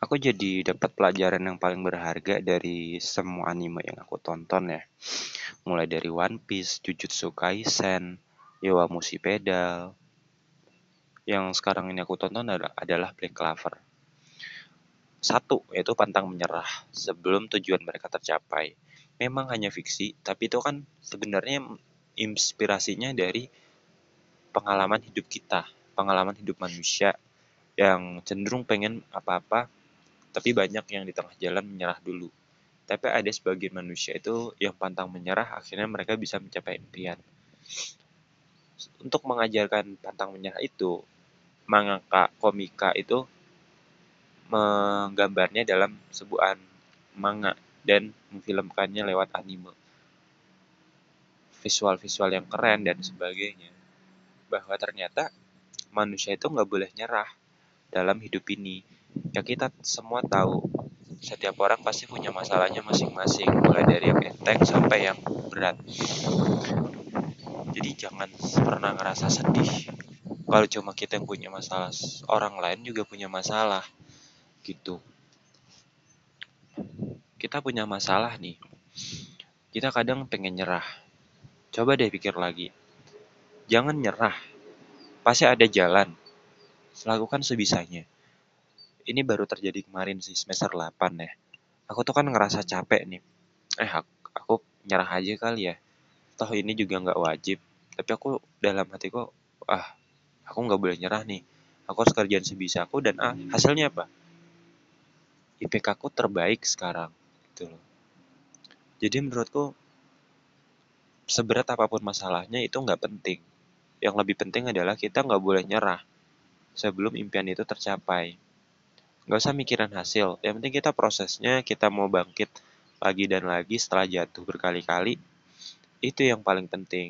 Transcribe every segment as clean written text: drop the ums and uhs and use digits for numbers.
Aku jadi dapat pelajaran yang paling berharga dari semua anime yang aku tonton ya. Mulai dari One Piece, Jujutsu Kaisen, Yowamushi Pedal. Yang sekarang ini aku tonton adalah Black Clover. Satu, yaitu pantang menyerah sebelum tujuan mereka tercapai. Memang hanya fiksi, tapi itu kan sebenarnya inspirasinya dari pengalaman hidup kita, pengalaman hidup manusia yang cenderung pengen apa-apa, tapi banyak yang di tengah jalan menyerah dulu. Tapi ada sebagian manusia itu yang pantang menyerah, akhirnya mereka bisa mencapai impian. Untuk mengajarkan pantang menyerah itu, mangaka komika itu menggambarnya dalam sebuah manga dan memfilmkannya lewat anime. Visual-visual yang keren dan sebagainya. Bahwa ternyata manusia itu nggak boleh nyerah dalam hidup ini. Ya kita semua tahu, setiap orang pasti punya masalahnya masing-masing, mulai dari yang enteng sampai yang berat. Jadi jangan pernah ngerasa sedih kalau cuma kita yang punya masalah, orang lain juga punya masalah gitu. Kita punya masalah nih, kita kadang pengen nyerah. Coba deh pikir lagi, jangan nyerah, pasti ada jalan. Lakukan sebisanya. Ini baru terjadi kemarin sih, semester 8 ya. Aku tuh kan ngerasa capek nih. Aku nyerah aja kali ya. Toh ini juga nggak wajib. Tapi aku dalam hatiku, ah, aku nggak boleh nyerah nih. Aku harus kerjaan sebisa aku dan hasilnya apa? IPK aku terbaik sekarang. Gitu loh. Jadi menurutku, seberat apapun masalahnya itu nggak penting. Yang lebih penting adalah kita nggak boleh nyerah sebelum impian itu tercapai. Nggak usah mikirin hasil. Yang penting kita prosesnya, kita mau bangkit lagi dan lagi setelah jatuh berkali-kali. Itu yang paling penting.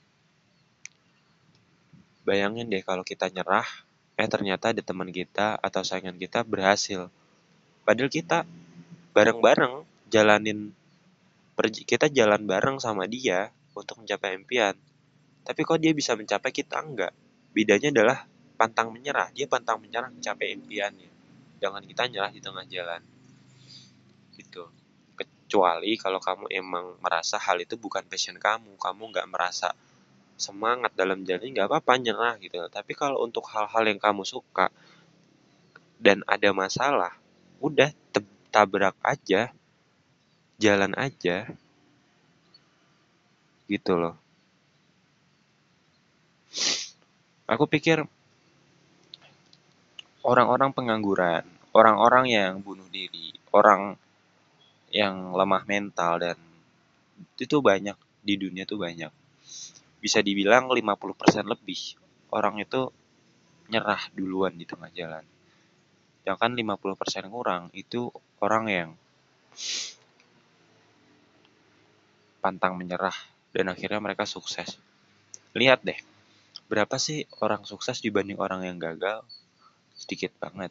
Bayangin deh kalau kita nyerah, ternyata ada teman kita atau saingan kita berhasil. Padahal kita bareng-bareng jalanin, kita jalan bareng sama dia untuk mencapai impian. Tapi kok dia bisa mencapai, kita enggak. Bedanya adalah pantang menyerah. Dia pantang menyerah mencapai impiannya. Jangan kita nyerah di tengah jalan. Gitu. Kecuali kalau kamu emang merasa hal itu bukan passion kamu nggak merasa semangat dalam jalan, nggak apa-apa nyerah gitu. Tapi kalau untuk hal-hal yang kamu suka dan ada masalah, udah tabrak aja, jalan aja, gitu loh. Aku pikir orang-orang pengangguran, orang-orang yang bunuh diri, orang yang lemah mental dan itu banyak di dunia tuh banyak. Bisa dibilang 50% lebih orang itu nyerah duluan di tengah jalan. Yang kan 50% kurang itu orang yang pantang menyerah dan akhirnya mereka sukses. Lihat deh, berapa sih orang sukses dibanding orang yang gagal? Sedikit banget.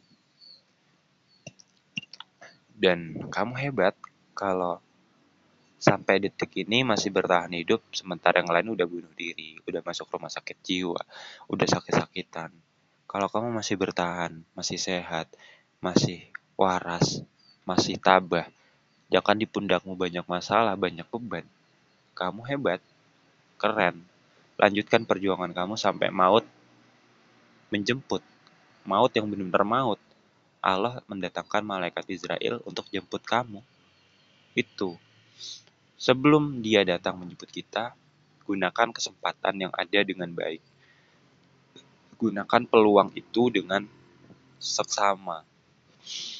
Dan kamu hebat kalau sampai detik ini masih bertahan hidup sementara yang lain udah bunuh diri, udah masuk rumah sakit jiwa, udah sakit-sakitan. Kalau kamu masih bertahan, masih sehat, masih waras, masih tabah, jangan di pundakmu banyak masalah, banyak beban. Kamu hebat, keren. Lanjutkan perjuangan kamu sampai maut menjemput. Maut yang benar-benar maut. Allah mendatangkan malaikat Israel untuk jemput kamu. Itu. Sebelum dia datang menjemput kita, gunakan kesempatan yang ada dengan baik. Gunakan peluang itu dengan seksama.